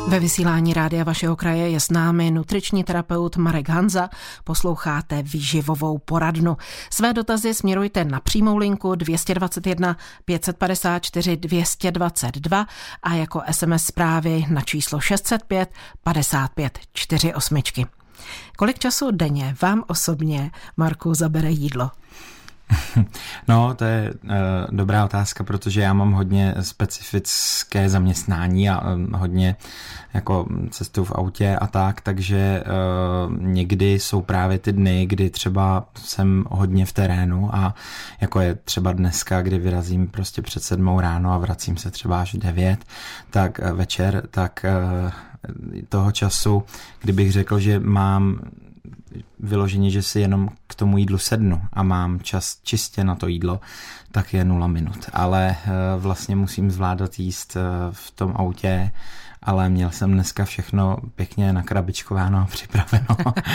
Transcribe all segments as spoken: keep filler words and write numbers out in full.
Ve vysílání Rádia vašeho kraje je s námi nutriční terapeut Marek Hanza. Posloucháte výživovou poradnu. Své dotazy směrujte na přímou linku dvě dva jedna pět pět čtyři dvě dva dva a jako es em es zprávy na číslo šest set pět padesát pět čtyřicet osm. Kolik času denně vám osobně, Marku, zabere jídlo? No, to je uh, dobrá otázka, protože já mám hodně specifické zaměstnání a uh, hodně jako cestu v autě a tak, takže uh, někdy jsou právě ty dny, kdy třeba jsem hodně v terénu a jako je třeba dneska, kdy vyrazím prostě před sedmou ráno a vracím se třeba až devět, tak uh, večer, tak uh, toho času, kdybych řekl, že mám vyloženě, že si jenom k tomu jídlu sednu a mám čas čistě na to jídlo, tak je nula minut. Ale vlastně musím zvládat jíst v tom autě, ale měl jsem dneska všechno pěkně nakrabičkováno a připraveno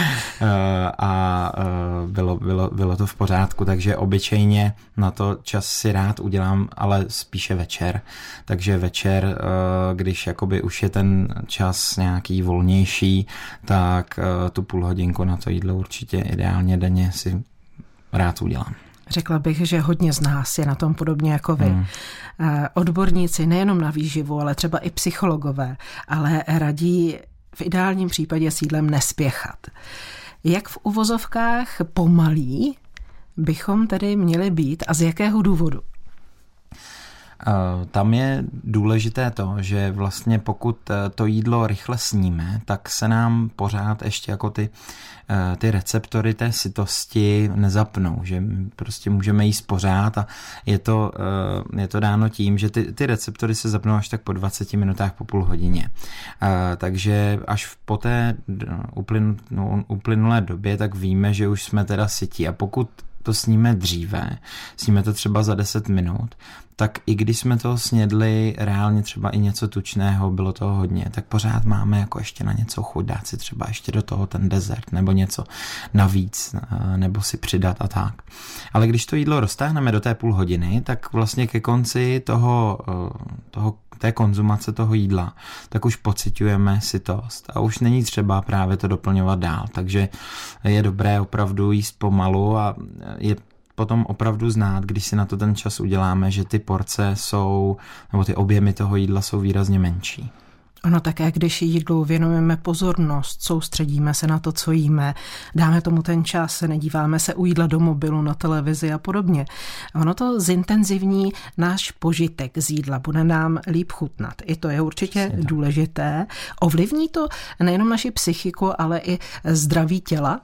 a bylo, bylo, bylo to v pořádku, takže obyčejně na to čas si rád udělám, ale spíše večer. Takže večer, když jakoby už je ten čas nějaký volnější, tak tu půl hodinku na to jídlo určitě ideálně denně si rád udělám. Řekla bych, že hodně z nás je na tom podobně jako vy. Hmm. Odborníci nejenom na výživu, ale třeba i psychologové, ale radí v ideálním případě s jídlem nespěchat. Jak v uvozovkách pomalí bychom tedy měli být a z jakého důvodu? Tam je důležité to, že vlastně pokud to jídlo rychle sníme, tak se nám pořád ještě jako ty, ty receptory té sytosti nezapnou, že prostě můžeme jíst pořád a je to, je to dáno tím, že ty, ty receptory se zapnou až tak po dvaceti minutách, po půl hodině. Takže až po té uplynulé době, tak víme, že už jsme teda sytí a pokud to sníme dříve, sníme to třeba za deset minut, tak i když jsme toho snědli reálně třeba i něco tučného, bylo toho hodně, tak pořád máme jako ještě na něco chuť, dát si třeba ještě do toho ten dezert nebo něco navíc, nebo si přidat a tak. Ale když to jídlo roztáhneme do té půl hodiny, tak vlastně ke konci toho, toho té konzumace toho jídla, tak už pociťujeme sytost a už není třeba právě to doplňovat dál, takže je dobré opravdu jíst pomalu a je potom opravdu znát, když si na to ten čas uděláme, že ty porce jsou, nebo ty objemy toho jídla jsou výrazně menší. Ono také, když jídlu věnujeme pozornost, soustředíme se na to, co jíme, dáme tomu ten čas, nedíváme se u jídla do mobilu, na televizi a podobně. Ono to zintenzivní náš požitek z jídla, bude nám líp chutnat. I to je určitě důležité. Ovlivní to nejenom naši psychiku, ale i zdraví těla?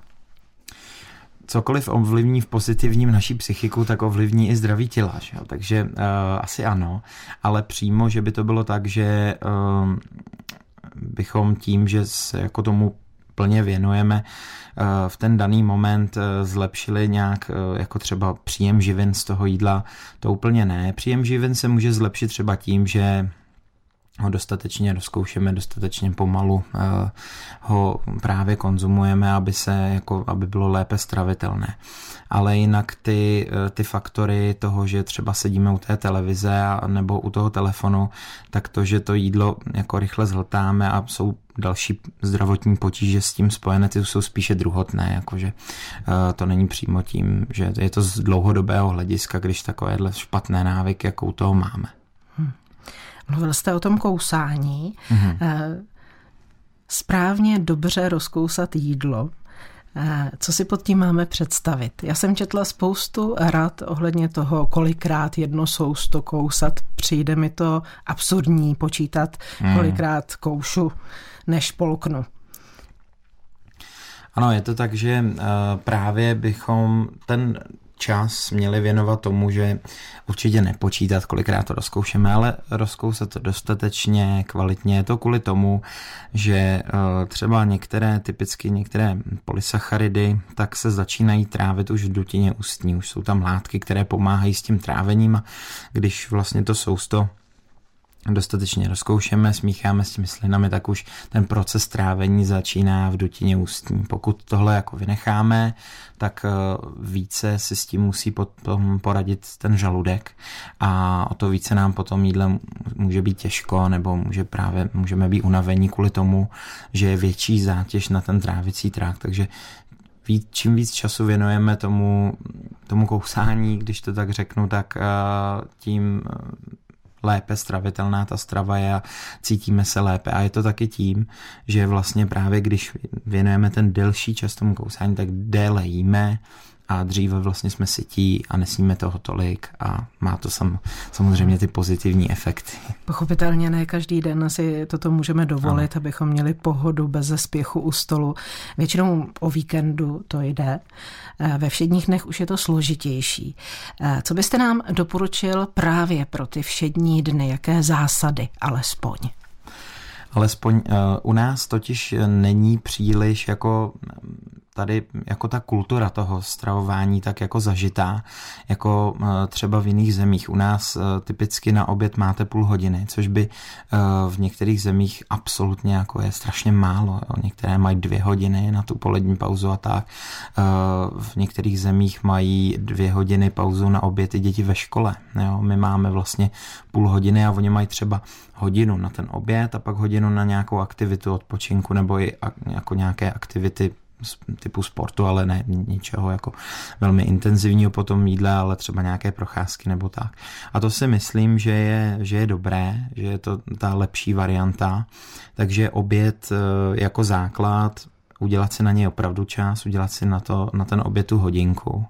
Cokoliv ovlivní v pozitivním naší psychiku, tak ovlivní i zdraví těla. Že? Takže uh, asi ano, ale přímo, že by to bylo tak, že uh, bychom tím, že se jako tomu plně věnujeme, uh, v ten daný moment uh, zlepšili nějak uh, jako třeba příjem živin z toho jídla, to úplně ne. Příjem živin se může zlepšit třeba tím, že ho dostatečně rozkoušeme, dostatečně pomalu uh, ho právě konzumujeme, aby se jako, aby bylo lépe stravitelné. Ale jinak ty, ty faktory toho, že třeba sedíme u té televize a, nebo u toho telefonu, tak to, že to jídlo jako rychle zhltáme a jsou další zdravotní potíže s tím spojené, ty jsou spíše druhotné, jakože uh, to není přímo tím, že je to z dlouhodobého hlediska, když takovéhle špatné návyky, jakou toho máme. Hmm. Mluvil jste o tom kousání. Mm-hmm. Správně dobře rozkousat jídlo. Co si pod tím máme představit? Já jsem četla spoustu rad ohledně toho, kolikrát jedno sousto kousat. Přijde mi to absurdní počítat, mm. kolikrát koušu, než polknu. Ano, je to tak, že právě bychom ten čas měli věnovat tomu, že určitě nepočítat, kolikrát to rozkoušeme, ale rozkousat to dostatečně, kvalitně. Je to kvůli tomu, že třeba některé, typicky některé polysacharidy, tak se začínají trávit už v dutině ústní. Už jsou tam látky, které pomáhají s tím trávením a když vlastně to sousto dostatečně rozkoušeme, smícháme s těmi slinami, tak už ten proces trávení začíná v dutině ústní. Pokud tohle jako vynecháme, tak více si s tím musí potom poradit ten žaludek a o to více nám potom jídle může být těžko, nebo může právě, můžeme být unavení kvůli tomu, že je větší zátěž na ten trávicí trakt, takže víc, čím víc času věnujeme tomu, tomu kousání, když to tak řeknu, tak tím lépe stravitelná ta strava je a cítíme se lépe. A je to taky tím, že vlastně právě když věnujeme ten delší čas tomu kousání, tak déle jíme a dříve vlastně jsme sytí a nesníme toho tolik a má to sam, samozřejmě ty pozitivní efekty. Pochopitelně ne každý den si toto můžeme dovolit, ano. abychom měli pohodu bez spěchu u stolu. Většinou o víkendu to jde. Ve všedních dnech už je to složitější. Co byste nám doporučil právě pro ty všední dny? Jaké zásady alespoň? Alespoň uh, u nás totiž není příliš jako tady jako ta kultura toho stravování tak jako zažitá, jako uh, třeba v jiných zemích. U nás uh, typicky na oběd máte půl hodiny, což by uh, v některých zemích absolutně jako je strašně málo. Jo. Některé mají dvě hodiny na tu polední pauzu a tak. Uh, v některých zemích mají dvě hodiny pauzu na oběd i děti ve škole. Jo. My máme vlastně půl hodiny a oni mají třeba hodinu na ten oběd a pak hodinu na nějakou aktivitu odpočinku nebo i jako nějaké aktivity typu sportu, ale ne ničeho jako velmi intenzivního po tom jídle, ale třeba nějaké procházky nebo tak. A to si myslím, že je, že je dobré, že je to ta lepší varianta. Takže oběd jako základ, udělat si na něj opravdu čas, udělat si na, to, na ten oběd tu hodinku.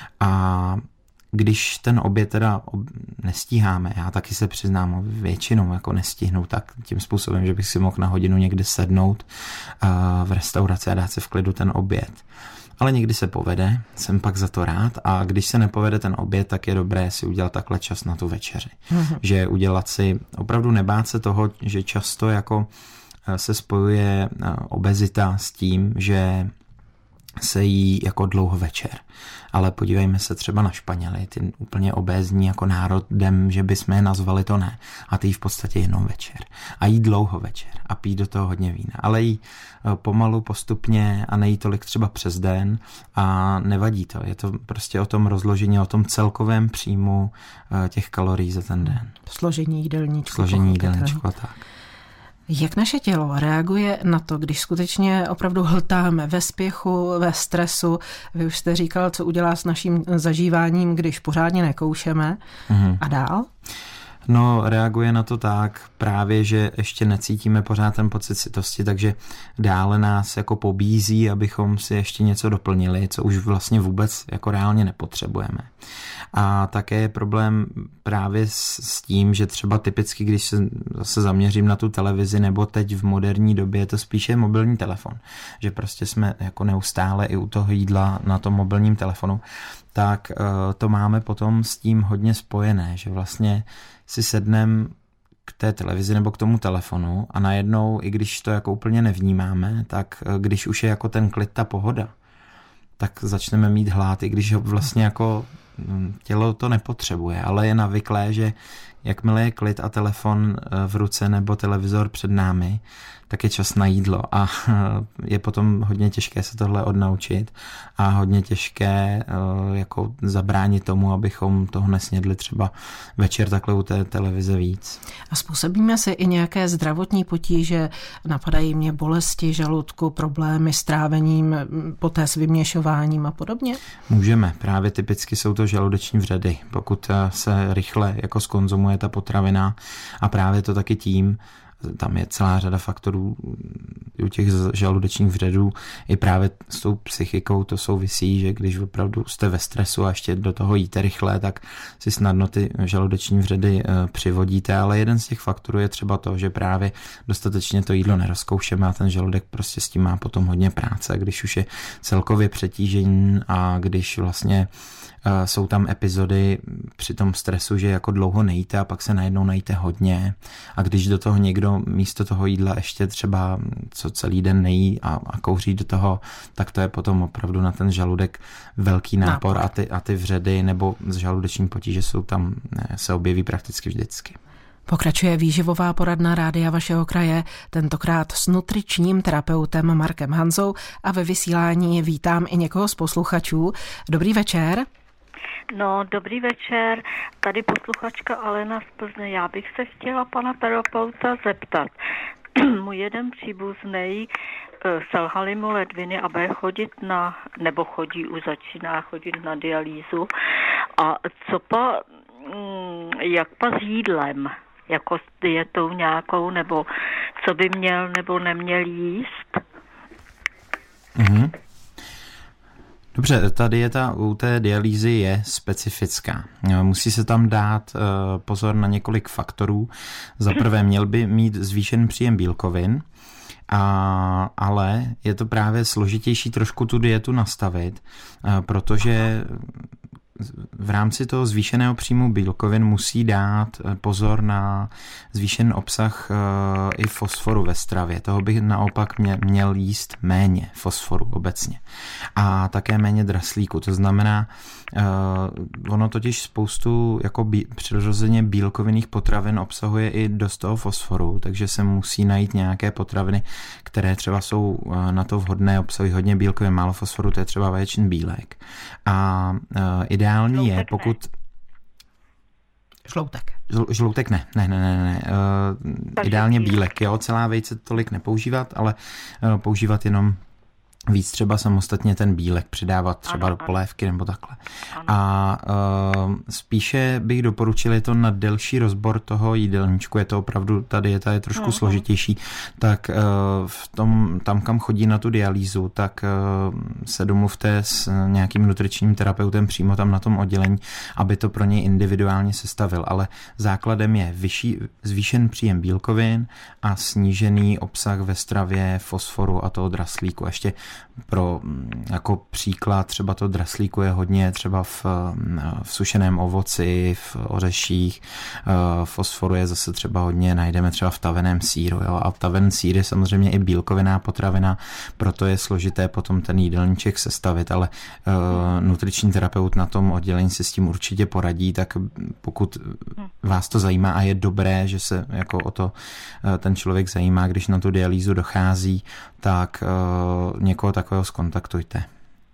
A když ten oběd teda nestíháme, já taky se přiznám, většinou jako nestihnu tak tím způsobem, že bych si mohl na hodinu někde sednout v restauraci a dát si v klidu ten oběd. Ale někdy se povede, jsem pak za to rád a když se nepovede ten oběd, tak je dobré si udělat takhle čas na tu večeři. Mm-hmm. Že udělat si, opravdu nebát se toho, že často jako se spojuje obezita s tím, že se jí jako dlouho večer. Ale podívejme se třeba na Španěly, ty úplně obézní jako národem, že bychom je nazvali, to ne. A ty jí v podstatě jenom večer. A jí dlouho večer a pít do toho hodně vína. Ale jí pomalu, postupně a nejí tolik třeba přes den a nevadí to. Je to prostě o tom rozložení, o tom celkovém příjmu těch kalorií za ten den. Složení jídelníčku. Složení jídelníčku a tak. Jak naše tělo reaguje na to, když skutečně opravdu hltáme ve spěchu, ve stresu? Vy už jste říkal, co udělá s naším zažíváním, když pořádně nekoušeme. Mm-hmm. A dál? No, reaguje na to tak právě, že ještě necítíme pořád ten pocit sytosti, takže dále nás jako pobízí, abychom si ještě něco doplnili, co už vlastně vůbec jako reálně nepotřebujeme. A také je problém právě s, s tím, že třeba typicky, když se zase zaměřím na tu televizi, nebo teď v moderní době je to spíše mobilní telefon, že prostě jsme jako neustále i u toho jídla na tom mobilním telefonu, tak uh, to máme potom s tím hodně spojené, že vlastně si sednem k té televizi nebo k tomu telefonu a najednou, i když to jako úplně nevnímáme, tak když už je jako ten klid, ta pohoda, tak začneme mít hlad, i když ho vlastně jako tělo to nepotřebuje, ale je navyklé, že jakmile je klid a telefon v ruce nebo televizor před námi, tak je čas na jídlo a je potom hodně těžké se tohle odnaučit a hodně těžké jako zabránit tomu, abychom toho nesnědli třeba večer takhle u té televize víc. A způsobíme si i nějaké zdravotní potíže, napadají mě bolesti žaludku, problémy s trávením, poté s vyměšováním a podobně? Můžeme, právě typicky jsou to žaludeční vředy, pokud se rychle jako zkonzumuje ta potravina a právě to taky tím, tam je celá řada faktorů u těch žaludečních vředů. I právě s tou psychikou to souvisí, že když opravdu jste ve stresu a ještě do toho jíte rychle, tak si snadno ty žaludeční vředy přivodíte, ale jeden z těch faktorů je třeba to, že právě dostatečně to jídlo nerozkoušeme a ten žaludek prostě s tím má potom hodně práce, když už je celkově přetížení a když vlastně jsou tam epizody při tom stresu, že jako dlouho nejíte a pak se najednou najíte hodně a když do toho někdo místo toho jídla ještě třeba co celý den nejí a, a kouří do toho, tak to je potom opravdu na ten žaludek velký nápor, nápor. A, ty, a ty vředy nebo žaludeční potíže jsou tam, se objeví prakticky vždycky. Pokračuje výživová poradna Rádia vašeho kraje, tentokrát s nutričním terapeutem Markem Hanzou a ve vysílání vítám i někoho z posluchačů. Dobrý večer. No, dobrý večer. Tady posluchačka Alena z Plzně. Já bych se chtěla pana terapeuta zeptat. Můj jeden příbuznej selhaly mu ledviny a bude chodit na, nebo chodí, už začíná chodit na dialýzu. A co pa, jak pa s jídlem? Jako s dietou nějakou, nebo co by měl nebo neměl jíst? Mhm. Dobře, ta dieta u té dialýzy je specifická. Musí se tam dát pozor na několik faktorů. Za prvé měl by mít zvýšený příjem bílkovin, a, ale je to právě složitější trošku tu dietu nastavit, protože v rámci toho zvýšeného příjmu bílkovin musí dát pozor na zvýšený obsah i fosforu ve stravě. Toho bych naopak měl jíst méně fosforu obecně. A také méně draslíku. To znamená, ono totiž spoustu jako bí, přirozeně bílkovinných potravin obsahuje i dost toho fosforu, takže se musí najít nějaké potraviny, které třeba jsou na to vhodné, obsahují hodně bílkovin, málo fosforu, to je třeba vaječný bílek. A ideálně Ideální je, pokud... Žloutek. Žloutek ne, ne, ne, ne, ne. Uh, ideálně bílek, jo, celá vejce tolik nepoužívat, ale uh, používat jenom víc třeba samostatně ten bílek, přidávat třeba ano, do polévky ano. nebo takhle. Ano. A uh, spíše bych doporučil, je to na delší rozbor toho jídelníčku, je to opravdu, ta dieta je trošku uh-huh. složitější, tak uh, v tom, tam, kam chodí na tu dialýzu, tak uh, se domluvte s nějakým nutričním terapeutem přímo tam na tom oddělení, aby to pro něj individuálně sestavil, ale základem je vyšší, zvýšený příjem bílkovin a snížený obsah ve stravě fosforu a toho draslíku. Ještě pro jako příklad třeba to draslíku je hodně třeba v, v sušeném ovoci, v ořeších, fosforu je zase třeba hodně, najdeme třeba v taveném sýru, jo? A taven sýr je samozřejmě i bílkovinná potravina, proto je složité potom ten jídelníček sestavit, ale uh, nutriční terapeut na tom oddělení se s tím určitě poradí, tak pokud vás to zajímá a je dobré, že se jako o to uh, ten člověk zajímá, když na tu dialýzu dochází, tak uh, někoho takového skontaktujte.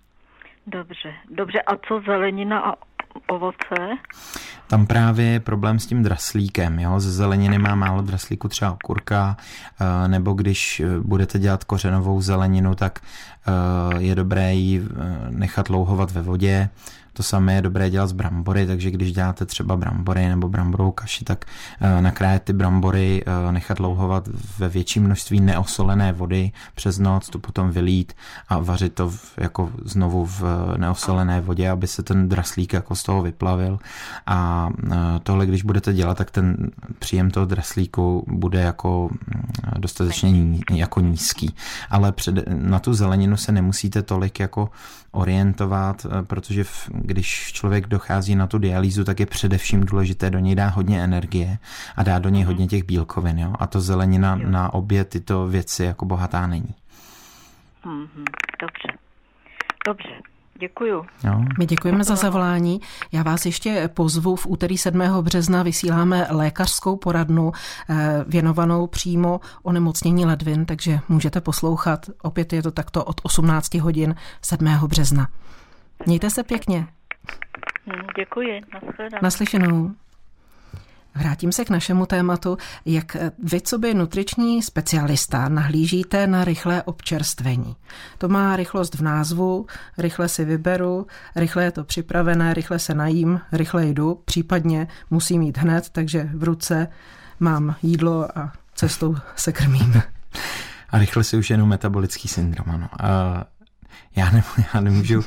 Dobře, dobře. A co zelenina a ovoce? Tam právě je problém s tím draslíkem. Jo? Ze zeleniny má málo draslíku, třeba okurka, uh, nebo když budete dělat kořenovou zeleninu, tak uh, je dobré ji nechat louhovat ve vodě. To samé je dobré dělat z brambory, takže když děláte třeba brambory nebo bramborovou kaši, tak uh, nakrájet ty brambory, uh, nechat louhovat ve větším množství neosolené vody přes noc, to potom vylít a vařit to v, jako znovu v neosolené vodě, aby se ten draslík jako z toho vyplavil. A uh, tohle, když budete dělat, tak ten příjem toho draslíku bude jako dostatečně ní, jako nízký. Ale před, na tu zeleninu se nemusíte tolik jako orientovat, protože v, když člověk dochází na tu dialýzu, tak je především důležité do něj dát hodně energie a dát do něj hodně těch bílkovin. Jo? A to zelenina jo. na obě tyto věci jako bohatá není. Mm-hmm. Dobře. Dobře. Děkuju. Jo. My děkujeme za zavolání. Já vás ještě pozvu. V úterý sedmého března vysíláme lékařskou poradnu věnovanou přímo onemocnění ledvin, takže můžete poslouchat. Opět je to takto od osmnácti hodin sedmého března. Mějte se pěkně. Děkuji. Naslyšenou. Naslyšenou. Vrátím se k našemu tématu. Jak vy, co by nutriční specialista, nahlížíte na rychlé občerstvení? To má rychlost v názvu, rychle si vyberu, rychle je to připravené, rychle se najím, rychle jdu, případně musím jít hned, takže v ruce mám jídlo a cestou se krmím. A rychle si už jenom metabolický syndrom, ano. Uh... Já, ne, já nemůžu uh,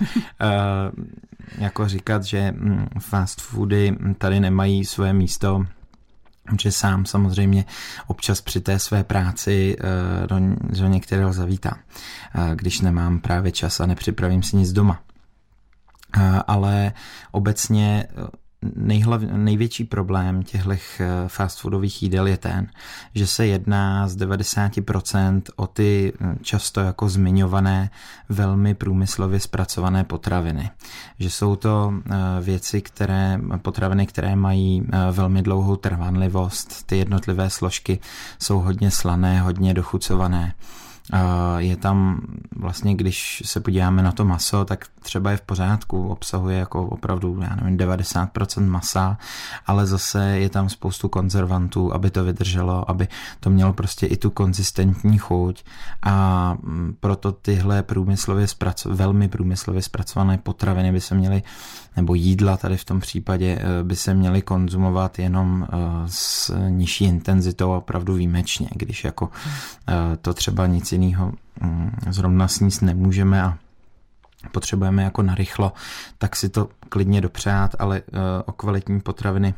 jako říkat, že fast foody tady nemají své místo, že sám samozřejmě občas při té své práci uh, do, do některého zavítám, uh, když nemám právě čas a nepřipravím si nic doma. Uh, ale obecně nejhlav, největší problém těchto fast foodových jídel je ten, že se jedná z devadesát procent o ty často jako zmiňované velmi průmyslově zpracované potraviny. Že jsou to věci, které, potraviny, které mají velmi dlouhou trvanlivost, ty jednotlivé složky jsou hodně slané, hodně dochucované. Je tam vlastně, když se podíváme na to maso, tak třeba je v pořádku, obsahuje jako opravdu, já nevím, devadesát procent masa, ale zase je tam spoustu konzervantů, aby to vydrželo, aby to mělo prostě i tu konzistentní chuť a proto tyhle průmyslově zpraco- velmi průmyslově zpracované potraviny by se měly, nebo jídla tady v tom případě, by se měly konzumovat jenom s nižší intenzitou a opravdu výjimečně, když jako to třeba nic jiného zrovna sníst nemůžeme a potřebujeme jako narychlo, tak si to klidně dopřát, ale o kvalitní potraviny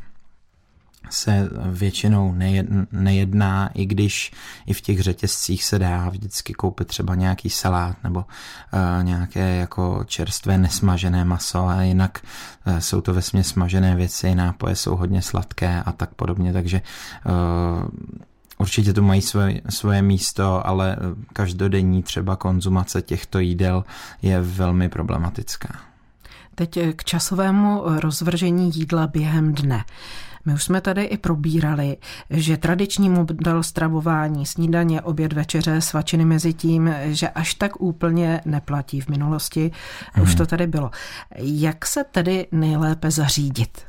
se většinou nejedná, i když i v těch řetězcích se dá vždycky koupit třeba nějaký salát nebo uh, nějaké jako čerstvé nesmažené maso a jinak uh, jsou to vesměs smažené věci, nápoje jsou hodně sladké a tak podobně, takže uh, určitě to mají svoje, svoje místo, ale každodenní třeba konzumace těchto jídel je velmi problematická. Teď k časovému rozvržení jídla během dne. My už jsme tady i probírali, že tradiční model stravování, snídaně, oběd, večeře, svačiny mezi tím, že až tak úplně neplatí v minulosti. Hmm. Už to tady bylo. Jak se tedy nejlépe zařídit?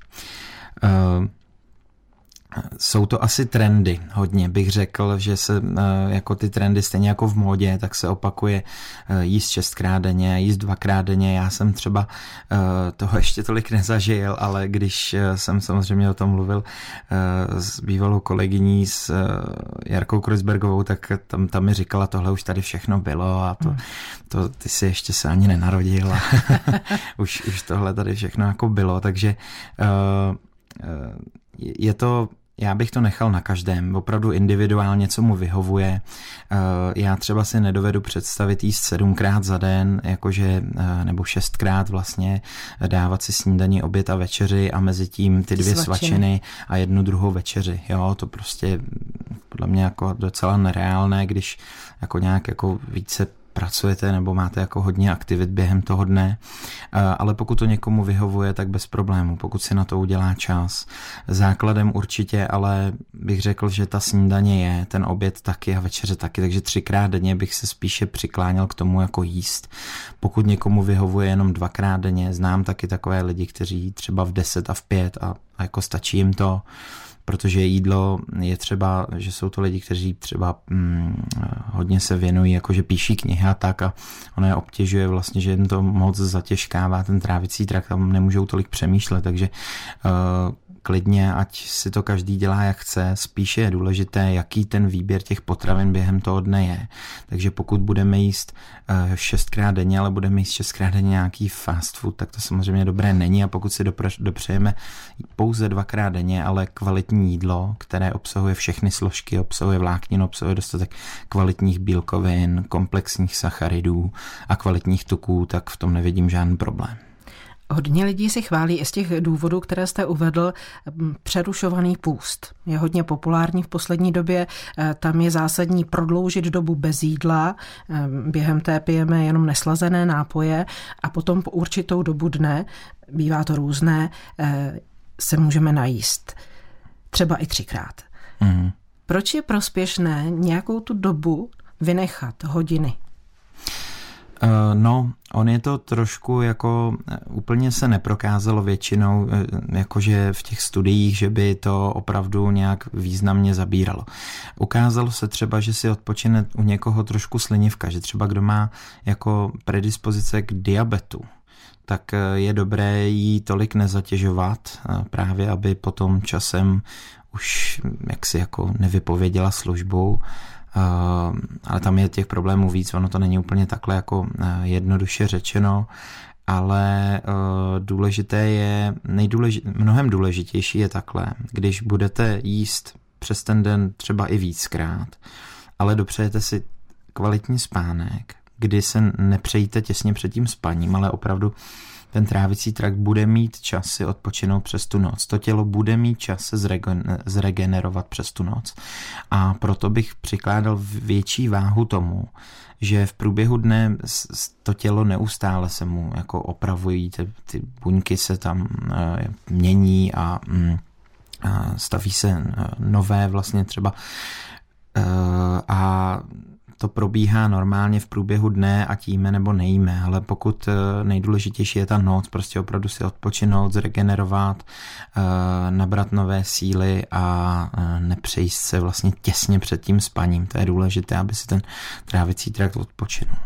Uh... Jsou to asi trendy hodně, bych řekl, že se jako ty trendy stejně jako v módě, tak se opakuje jíst šestkrát denně, jíst dvakrát denně. Já jsem třeba toho ještě tolik nezažil, ale když jsem samozřejmě o tom mluvil s bývalou kolegyní, s Jarkou Kreuzbergovou, tak tam, tam mi říkala, tohle už tady všechno bylo a to, to ty si ještě se ani nenarodil a už, už tohle tady všechno jako bylo, takže je to, já bych to nechal na každém, opravdu individuálně, co mu vyhovuje. Já třeba si nedovedu představit jíst sedmkrát za den, jakože, nebo šestkrát vlastně, dávat si snídani, oběd a večeři a mezi tím ty dvě svačiny, svačiny a jednu druhou večeři. Jo, to prostě podle mě jako docela nereálné, když jako nějak jako více pracujete nebo máte jako hodně aktivit během toho dne, ale pokud to někomu vyhovuje, tak bez problému, pokud si na to udělá čas. Základem určitě, ale bych řekl, že ta snídaně je, ten oběd taky a večeře taky, takže třikrát denně bych se spíše přikláněl k tomu jako jíst. Pokud někomu vyhovuje jenom dvakrát denně, znám taky takové lidi, kteří třeba v deset a v pět a, a jako stačí jim to, protože jídlo je třeba, že jsou to lidi, kteří třeba hm, hodně se věnují, jakože píší knihy a tak a ono je obtěžuje vlastně, že jim to moc zatěžkává ten trávicí trakt a nemůžou tolik přemýšlet, takže uh, klidně, ať si to každý dělá jak chce, spíše je důležité, jaký ten výběr těch potravin během toho dne je. Takže pokud budeme jíst uh, šestkrát denně, ale budeme jíst šestkrát denně nějaký fast food, tak to samozřejmě dobré není a pokud si dopře- dopřejeme pouze dvakrát denně, ale kvalitní jídlo, které obsahuje všechny složky, obsahuje vlákninu, obsahuje dostatek kvalitních bílkovin, komplexních sacharidů a kvalitních tuků, tak v tom nevidím žádný problém. Hodně lidí si chválí i z těch důvodů, které jste uvedl, přerušovaný půst. Je hodně populární v poslední době, tam je zásadní prodloužit dobu bez jídla, během té pijeme jenom neslazené nápoje a potom po určitou dobu dne, bývá to různé, se můžeme najíst. Třeba i třikrát. Mm. Proč je prospěšné nějakou tu dobu vynechat, hodiny? Uh, no, on je to trošku jako, úplně se neprokázalo většinou, jakože v těch studiích, že by to opravdu nějak významně zabíralo. Ukázalo se třeba, že si odpočine u někoho trošku slinivka, že třeba kdo má jako predispozice k diabetu, tak je dobré jí tolik nezatěžovat, právě aby potom časem už jaksi jako nevypověděla službu. Uh, ale tam je těch problémů víc, ono to není úplně takhle jako uh, jednoduše řečeno, ale uh, důležité je, nejdůležit, mnohem důležitější je takhle, když budete jíst přes ten den třeba i víckrát, ale dopřejete si kvalitní spánek, kdy se nepřejíte těsně před tím spaním, ale opravdu ten trávicí trakt bude mít čas si odpočinout přes tu noc. To tělo bude mít čas se zregen- zregenerovat přes tu noc. A proto bych přikládal větší váhu tomu, že v průběhu dne to tělo neustále se mu jako opravují, ty, ty buňky se tam e, mění a, mm, a staví se nové vlastně třeba e, a to probíhá normálně v průběhu dne, ať jíme nebo nejíme, ale pokud nejdůležitější je ta noc, prostě opravdu si odpočinout, zregenerovat, nabrat nové síly a nepřejíst se vlastně těsně před tím spaním. To je důležité, aby si ten trávicí trakt odpočinul.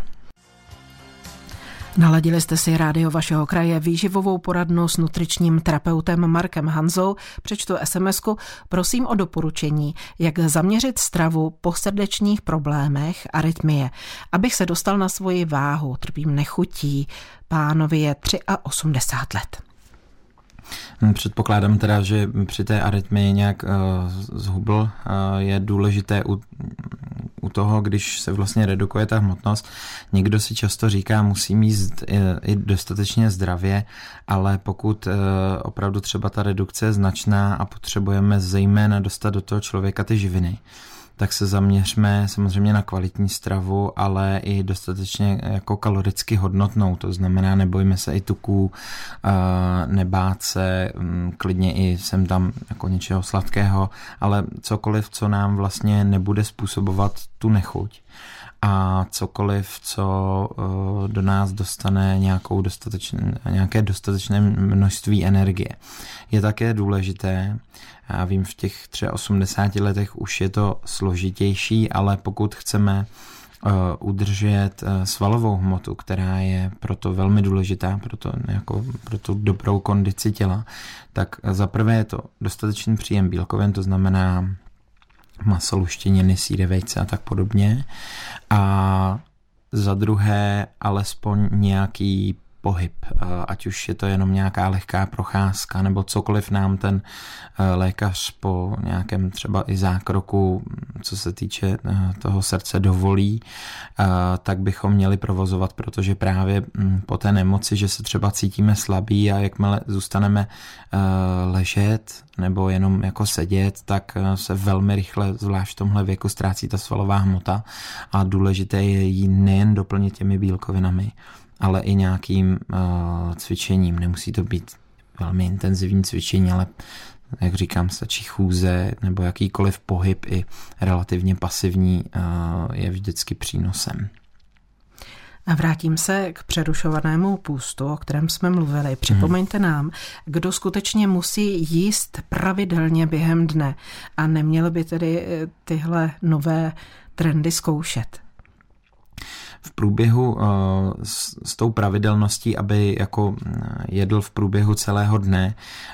Naladili jste si rádio vašeho kraje, výživovou poradnu s nutričním terapeutem Markem Hanzou. Přečtu SMSku. Prosím o doporučení, jak zaměřit stravu po srdečních problémech, arytmie. Abych se dostal na svoji váhu, trpím nechutí. Pánovi je osmdesát tři let. Předpokládám teda, že při té arytmii nějak uh, zhubl. Uh, je důležité u, u toho, když se vlastně redukuje ta hmotnost. Někdo si často říká, musím jíst i, i dostatečně zdravě, ale pokud uh, opravdu třeba ta redukce je značná a potřebujeme zejména dostat do toho člověka ty živiny, tak se zaměřme samozřejmě na kvalitní stravu, ale i dostatečně jako kaloricky hodnotnou. To znamená, nebojme se i tuků, nebát se, klidně i sem tam jako něčeho sladkého, ale cokoliv, co nám vlastně nebude způsobovat tu nechuť. A cokoliv, co do nás dostane nějakou dostatečné, nějaké dostatečné množství energie. Je také důležité, já vím, v těch osmdesáti třech letech už je to složitější, ale pokud chceme udržet svalovou hmotu, která je proto velmi důležitá, pro, to, jako, pro tu dobrou kondici těla, tak zaprvé je to dostatečný příjem bílkovin, to znamená maso, luštěniny, sýry, vejce a tak podobně. A za druhé alespoň nějaký pohyb, ať už je to jenom nějaká lehká procházka nebo cokoliv nám ten lékař po nějakém třeba i zákroku, co se týče toho srdce, dovolí, tak bychom měli provozovat, protože právě po té nemoci, že se třeba cítíme slabí a jakmile zůstaneme ležet nebo jenom jako sedět, tak se velmi rychle, zvlášť v tomhle věku, ztrácí ta svalová hmota a důležité je ji nejen doplnit těmi bílkovinami, ale i nějakým uh, cvičením. Nemusí to být velmi intenzivní cvičení, ale jak říkám, stačí chůze nebo jakýkoliv pohyb, i relativně pasivní, uh, je vždycky přínosem. A vrátím se k přerušovanému půstu, o kterém jsme mluvili. Připomeňte hmm. nám, kdo skutečně musí jíst pravidelně během dne a neměl by tedy tyhle nové trendy zkoušet. V průběhu s, s tou pravidelností, aby jako jedl v průběhu celého dne,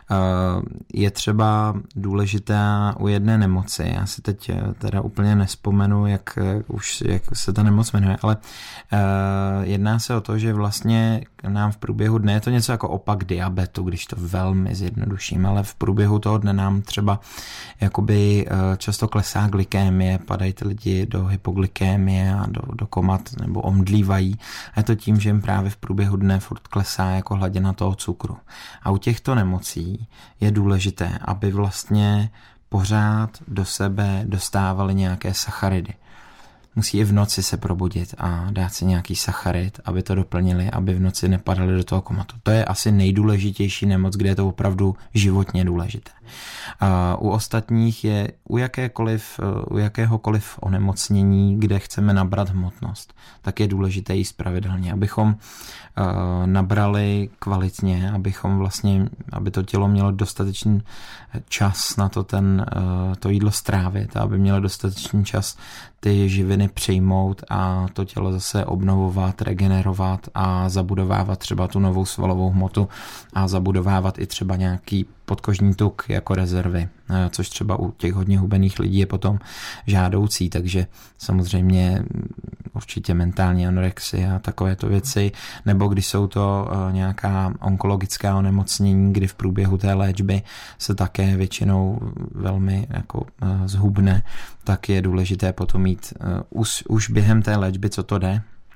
je třeba důležitá u jedné nemoci. Já si teď teda úplně nespomenu, jak, už, jak se ta nemoc jmenuje, ale jedná se o to, že vlastně nám v průběhu dne, je to něco jako opak diabetu, když to velmi zjednoduším, ale v průběhu toho dne nám třeba jakoby často klesá glykémie, padají ty lidi do hypoglykémie a do, do komat nebo omdlívají. A je to tím, že jim právě v průběhu dne furt klesá jako hladina toho cukru. A u těchto nemocí je důležité, aby vlastně pořád do sebe dostávali nějaké sacharidy. Musí i v noci se probudit a dát si nějaký sacharid, aby to doplnili, aby v noci nepadali do toho komatu. To je asi nejdůležitější nemoc, kde je to opravdu životně důležité. Uh, u ostatních je u, jakékoliv, uh, u jakéhokoliv onemocnění, kde chceme nabrat hmotnost, tak je důležité jíst pravidelně, abychom uh, nabrali kvalitně, abychom vlastně, aby to tělo mělo dostatečný čas na to ten, uh, to jídlo strávit, aby mělo dostatečný čas ty živiny přijmout a to tělo zase obnovovat, regenerovat a zabudovávat třeba tu novou svalovou hmotu a zabudovávat i třeba nějaký podkožní tuk jako rezervy, což třeba u těch hodně hubených lidí je potom žádoucí, takže samozřejmě určitě mentální anorexie a takovéto věci, nebo když jsou to nějaká onkologická onemocnění, kdy v průběhu té léčby se také většinou velmi jako zhubne, tak je důležité potom mít už, už během té léčby, co to jde,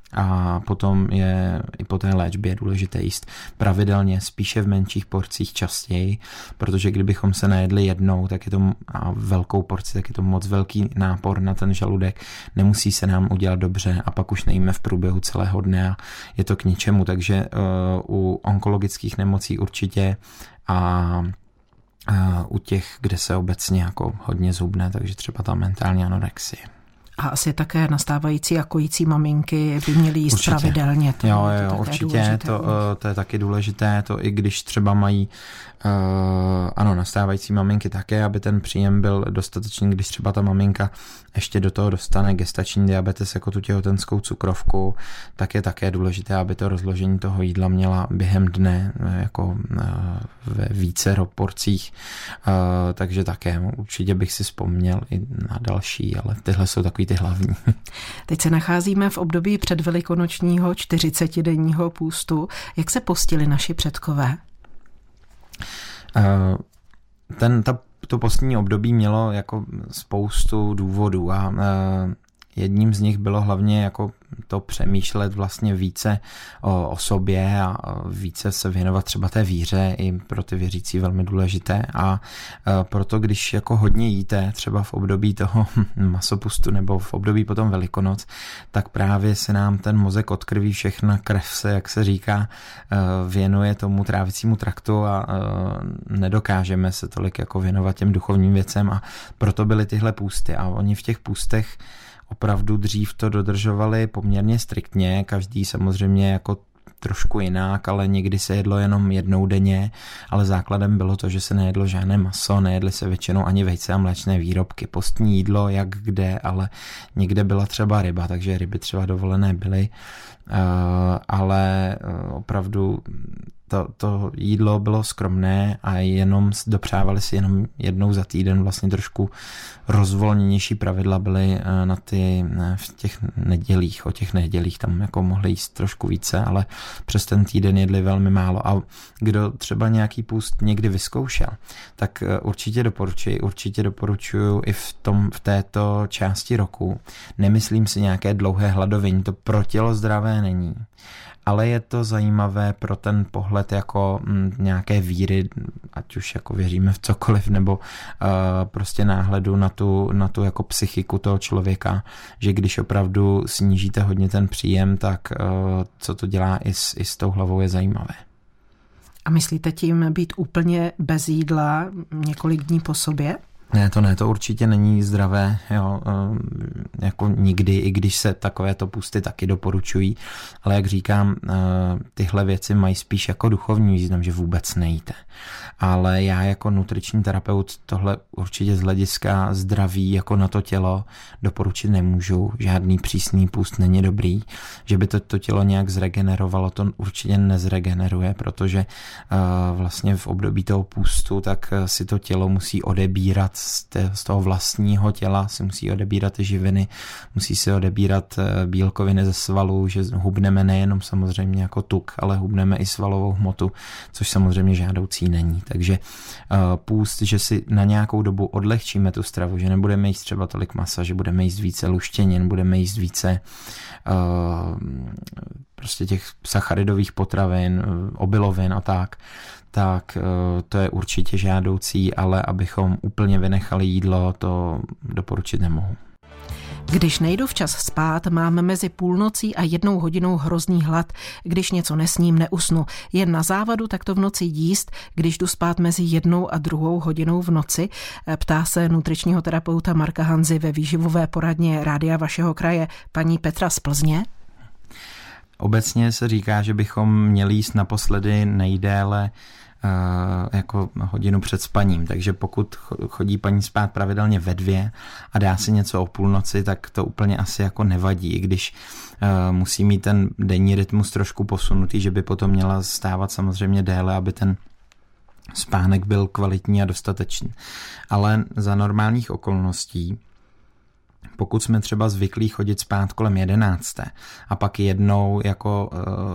A potom je i po té léčbě důležité jíst pravidelně, spíše v menších porcích častěji, protože kdybychom se najedli jednou, tak je to a velkou porci, tak je to moc velký nápor na ten žaludek, nemusí se nám udělat dobře a pak už nejíme v průběhu celého dne a je to k ničemu, takže uh, u onkologických nemocí určitě a uh, u těch, kde se obecně jako hodně zhubne, takže třeba ta mentální anorexie. A asi také nastávající a kojící maminky by měly jíst určitě. Pravidelně. To, jo, jo, to určitě, to, to je taky důležité, to i když třeba mají Uh, ano, nastávající maminky také, aby ten příjem byl dostatečný, když třeba ta maminka ještě do toho dostane gestační diabetes jako tu těhotenskou cukrovku, tak je také důležité, aby to rozložení toho jídla měla během dne jako uh, ve vícero porcích, uh, takže také určitě bych si vzpomněl i na další, ale tyhle jsou takový ty hlavní. Teď se nacházíme v období předvelikonočního čtyřicetidenního půstu. Jak se postili naši předkové? Ten, ta, to postní období mělo jako spoustu důvodů a jedním z nich bylo hlavně jako to přemýšlet vlastně více o, o sobě a více se věnovat třeba té víře, i pro ty věřící velmi důležité a proto, když jako hodně jíte třeba v období toho masopustu nebo v období potom Velikonoc, tak právě se nám ten mozek odkrví, všechna krev se, jak se říká, věnuje tomu trávicímu traktu a nedokážeme se tolik jako věnovat těm duchovním věcem a proto byly tyhle půsty a oni v těch půstech opravdu dřív to dodržovali poměrně striktně, každý samozřejmě jako trošku jinak, ale někdy se jedlo jenom jednou denně, ale základem bylo to, že se nejedlo žádné maso, nejedly se většinou ani vejce a mléčné výrobky. Postní jídlo, jak kde, ale někde byla třeba ryba, takže ryby třeba dovolené byly, ale opravdu To, to jídlo bylo skromné a jenom dopřávali si jenom jednou za týden, vlastně trošku rozvolněnější pravidla byly na ty, v těch nedělích, o těch nedělích tam jako mohli jíst trošku více, ale přes ten týden jedli velmi málo a kdo třeba nějaký půst někdy vyzkoušel, tak určitě doporučuji, určitě doporučuji i v, tom, v této části roku. Nemyslím si nějaké dlouhé hladovění, to pro tělo zdravé není. Ale je to zajímavé pro ten pohled jako m, nějaké víry, ať už jako věříme v cokoliv, nebo uh, prostě náhledu na tu, na tu jako psychiku toho člověka, že když opravdu snížíte hodně ten příjem, tak uh, co to dělá i s, i s tou hlavou je zajímavé. A myslíte tím být úplně bez jídla několik dní po sobě? Ne, to ne, to určitě není zdravé, jo, jako nikdy, i když se takovéto půsty taky doporučují, ale jak říkám, tyhle věci mají spíš jako duchovní význam, že vůbec nejíte. Ale já jako nutriční terapeut tohle určitě z hlediska zdraví jako na to tělo doporučit nemůžu, žádný přísný půst není dobrý, že by to, to tělo nějak zregenerovalo, to určitě nezregeneruje, protože vlastně v období toho půstu tak si to tělo musí odebírat z toho vlastního těla, si musí odebírat ty živiny, musí si odebírat bílkoviny ze svalů, že hubneme nejenom samozřejmě jako tuk, ale hubneme i svalovou hmotu, což samozřejmě žádoucí není. Takže půst, že si na nějakou dobu odlehčíme tu stravu, že nebudeme jíst třeba tolik masa, že budeme jíst více luštěnin, budeme jíst více prostě těch sacharidových potravin, obilovin a tak, tak to je určitě žádoucí, ale abychom úplně vynechali jídlo, to doporučit nemohu. Když nejdu včas spát, mám mezi půlnocí a jednou hodinou hrozný hlad. Když něco nesním, neusnu. Jen na závadu takto v noci jíst, když jdu spát mezi jednou a druhou hodinou v noci, ptá se nutričního terapeuta Marka Hanzy ve výživové poradně Rádia vašeho kraje paní Petra z Plzně. Obecně se říká, že bychom měli jíst naposledy nejdéle jako hodinu před spaním, takže pokud chodí paní spát pravidelně ve dvě a dá si něco o půlnoci, tak to úplně asi jako nevadí, i když musí mít ten denní rytmus trošku posunutý, že by potom měla stávat samozřejmě déle, aby ten spánek byl kvalitní a dostatečný. Ale za normálních okolností, pokud jsme třeba zvyklí chodit spát kolem jedenácté a pak jednou jako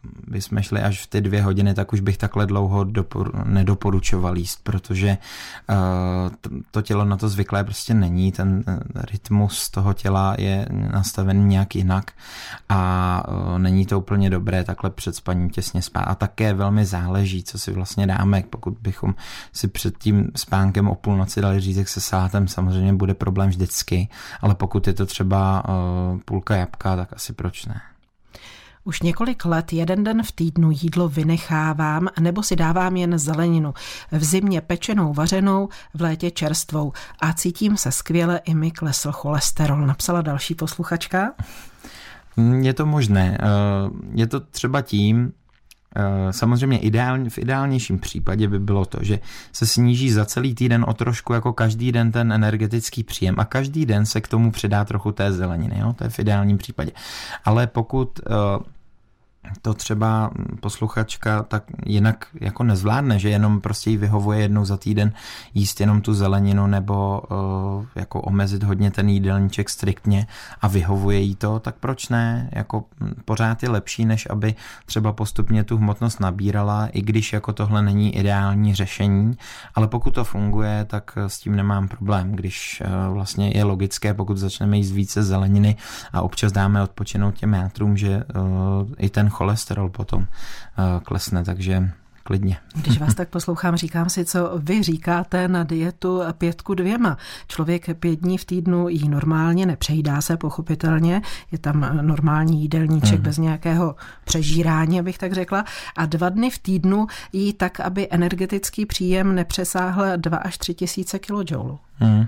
bychom šli až v ty dvě hodiny, tak už bych takhle dlouho dopor- nedoporučoval jíst, protože uh, to tělo na to zvyklé prostě není, ten rytmus toho těla je nastavený nějak jinak a uh, není to úplně dobré takhle před spaním těsně spát. A také velmi záleží, co si vlastně dáme. Pokud bychom si před tím spánkem o půlnoci dali řízek se salátem, samozřejmě bude problém vždycky, ale pokud je to třeba uh, půlka jabka, tak asi proč ne. Už několik let jeden den v týdnu jídlo vynechávám nebo si dávám jen zeleninu. V zimě pečenou, vařenou, v létě čerstvou a cítím se skvěle, i mi klesl cholesterol, napsala další posluchačka. Je to možné. Je to třeba tím, samozřejmě ideální, v ideálnějším případě by bylo to, že se sníží za celý týden o trošku jako každý den ten energetický příjem a každý den se k tomu přidá trochu té zeleniny, jo? To je v ideálním případě. Ale pokud to třeba posluchačka tak jinak jako nezvládne, že jenom prostě jí vyhovuje jednou za týden jíst jenom tu zeleninu nebo uh, jako omezit hodně ten jídelníček striktně a vyhovuje jí to, tak proč ne? Jako pořád je lepší, než aby třeba postupně tu hmotnost nabírala, i když jako tohle není ideální řešení, ale pokud to funguje, tak s tím nemám problém, když uh, vlastně je logické, pokud začneme jíst více zeleniny a občas dáme odpočinout těm játrům, že uh, i ten cholesterol potom uh, klesne, takže klidně. Když vás tak poslouchám, říkám si, co vy říkáte na dietu pětku dvěma. Člověk pět dní v týdnu jí normálně nepřejídá se, pochopitelně. Je tam normální jídelníček hmm. bez nějakého přežírání, abych tak řekla. A dva dny v týdnu jí tak, aby energetický příjem nepřesáhl dva až tři tisíce kilojoulů. Hmm. Uh...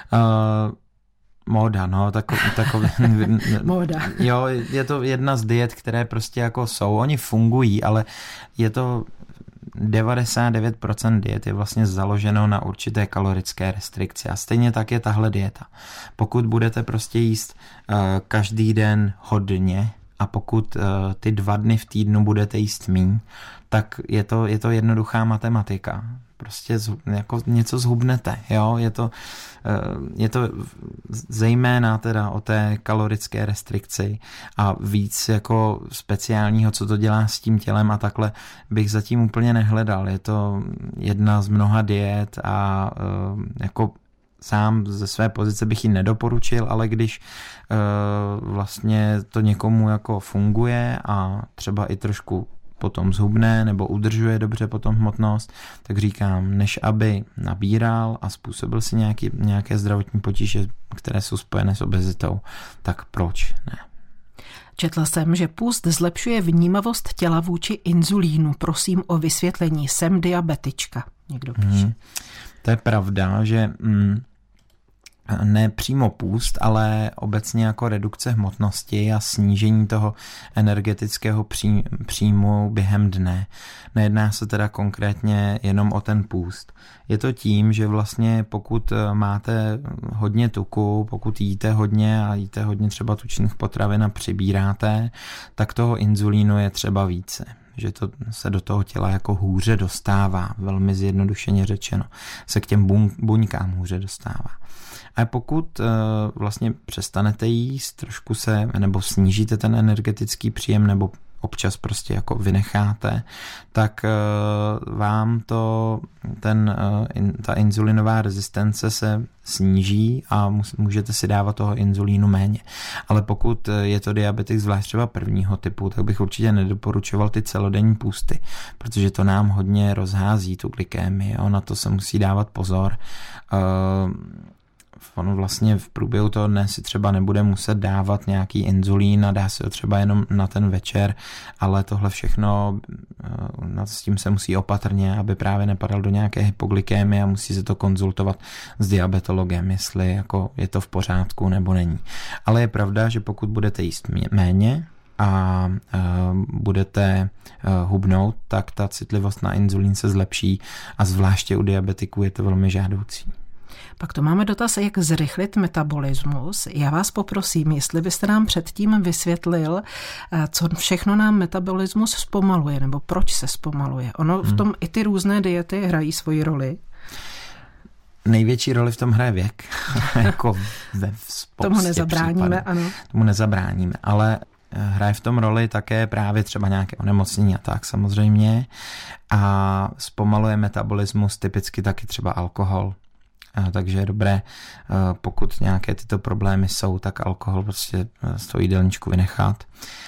Móda, no, takový, takový Móda. Jo, je to jedna z diet, které prostě jako jsou, oni fungují, ale je to devadesát devět procent diet je vlastně založeno na určité kalorické restrikci a stejně tak je tahle dieta. Pokud budete prostě jíst uh, každý den hodně a pokud uh, ty dva dny v týdnu budete jíst míň, tak je to, je to jednoduchá matematika. Prostě jako něco zhubnete, jo, je to, je to zejména teda o té kalorické restrikci a víc jako speciálního, co to dělá s tím tělem a takhle bych zatím úplně nehledal. Je to jedna z mnoha diet a jako sám ze své pozice bych ji nedoporučil, ale když vlastně to někomu jako funguje a třeba i trošku potom zhubne nebo udržuje dobře potom hmotnost, tak říkám, než aby nabíral a způsobil si nějaký, nějaké zdravotní potíže, které jsou spojené s obezitou, tak proč ne? Četla jsem, že půst zlepšuje vnímavost těla vůči inzulínu. Prosím o vysvětlení. Jsem diabetička. Někdo píše. Hmm. To je pravda, že mm, ne přímo půst, ale obecně jako redukce hmotnosti a snížení toho energetického pří, příjmu během dne. Nejedná se teda konkrétně jenom o ten půst. Je to tím, že vlastně pokud máte hodně tuku, pokud jíte hodně a jíte hodně třeba tučných potravin a přibíráte, tak toho inzulínu je třeba více. Že to se do toho těla jako hůře dostává, velmi zjednodušeně řečeno, se k těm buňkám hůře dostává. A pokud uh, vlastně přestanete jíst, trošku se, nebo snížíte ten energetický příjem, nebo občas prostě jako vynecháte, tak uh, vám to, ten, uh, in, ta inzulinová rezistence se sníží a můžete si dávat toho inzulínu méně. Ale pokud je to diabetik zvlášť třeba prvního typu, tak bych určitě nedoporučoval ty celodenní půsty, protože to nám hodně rozhází tu glykémii, jo? Na to se musí dávat pozor. Uh, On vlastně v průběhu toho dne si třeba nebude muset dávat nějaký inzulín a dá si ho třeba jenom na ten večer, ale tohle všechno, s tím se musí opatrně, aby právě nepadal do nějaké hypoglykémie a musí se to konzultovat s diabetologem, jestli jako je to v pořádku nebo není. Ale je pravda, že pokud budete jíst méně a uh, budete uh, hubnout, tak ta citlivost na inzulín se zlepší a zvláště u diabetiků je to velmi žádoucí. Pak to máme dotaz, jak zrychlit metabolismus. Já vás poprosím, jestli byste nám předtím vysvětlil, co všechno nám metabolismus zpomaluje, nebo proč se zpomaluje. Ono v tom hmm. i ty různé diety hrají svoji roli. Největší roli v tom hraje věk. Jako ve spoustě Tomu nezabráníme, případů. Ano. Tomu nezabráníme, ale hraje v tom roli také právě třeba nějaké onemocnění a tak samozřejmě. A zpomaluje metabolismus typicky taky třeba alkohol. Takže je dobré, pokud nějaké tyto problémy jsou, tak alkohol prostě z toho jídelníčku vynechat.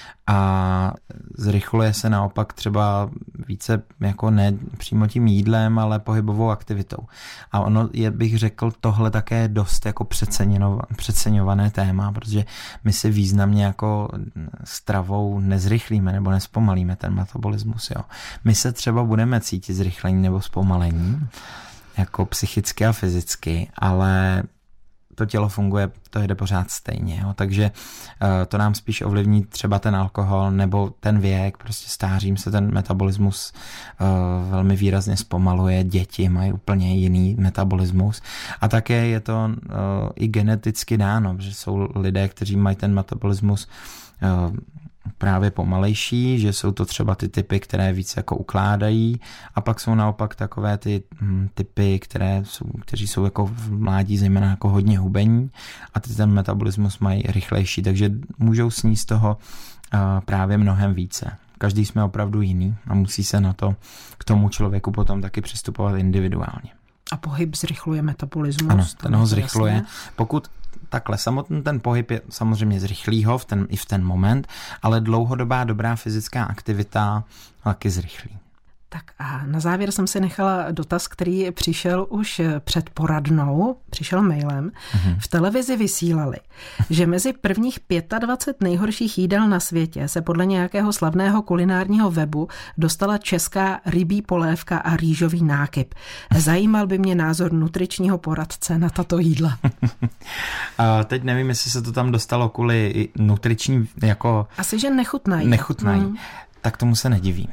A zrychluje se naopak třeba více jako ne přímo tím jídlem, ale pohybovou aktivitou. A ono je, bych řekl, tohle také dost jako přeceňované téma, protože my si významně jako stravou nezrychlíme nebo nespomalíme ten metabolismus. Jo. My se třeba budeme cítit zrychlení nebo zpomalení, jako psychicky a fyzicky, ale to tělo funguje, to jde pořád stejně. Jo. Takže uh, to nám spíš ovlivní třeba ten alkohol nebo ten věk, prostě stářím se ten metabolismus uh, velmi výrazně zpomaluje, děti mají úplně jiný metabolismus a také je to uh, i geneticky dáno, že jsou lidé, kteří mají ten metabolismus uh, právě pomalejší, že jsou to třeba ty typy, které víc jako ukládají a pak jsou naopak takové ty hm, typy, které jsou, kteří jsou jako v mládí zejména jako hodně hubení a ty ten metabolismus mají rychlejší, takže můžou sníst toho uh, právě mnohem více. Každý jsme opravdu jiný a musí se na to k tomu člověku potom taky přistupovat individuálně. A pohyb zrychluje metabolismus? Ano, ten ho zrychluje. Jasné. Pokud takhle, samotný ten pohyb je samozřejmě zrychlí ho v ten, i v ten moment, ale dlouhodobá dobrá fyzická aktivita taky zrychlí. Tak a na závěr jsem si nechala dotaz, který přišel už před poradnou, přišel mailem. Mm-hmm. V televizi vysílali, že mezi prvních dvacet pět nejhorších jídel na světě se podle nějakého slavného kulinárního webu dostala česká rybí polévka a rýžový nákyp. Zajímal by mě názor nutričního poradce na tato jídla. A teď nevím, jestli se to tam dostalo kvůli nutriční jako... Asi, že nechutnají. Nechutnají. Mm. Tak tomu se nedivím.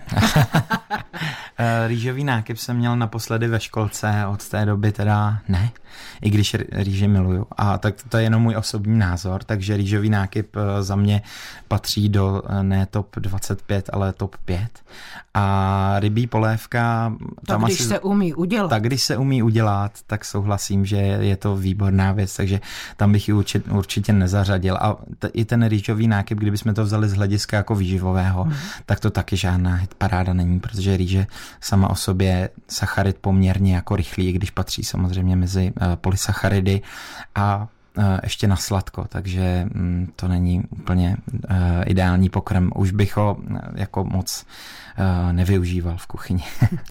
Rýžový nákyp jsem měl naposledy ve školce, od té doby teda ne, i když rýži miluju. A tak to je jenom můj osobní názor, takže rýžový nákyp za mě patří do ne top dvacet pět, ale top pět. A rybí polévka... Tak když asi, se umí udělat. Tak když se umí udělat, tak souhlasím, že je to výborná věc, takže tam bych ji určitě, určitě nezařadil. A t- i ten rýžový nákyp, kdybychom to vzali z hlediska jako výživového, hmm. tak to taky žádná hitparáda není, protože rýže sama o sobě sacharid poměrně jako rychlý, když patří samozřejmě mezi uh, polysacharidy a uh, ještě na sladko, takže um, to není úplně uh, ideální pokrm. Už bych ho uh, jako moc uh, nevyužíval v kuchyni.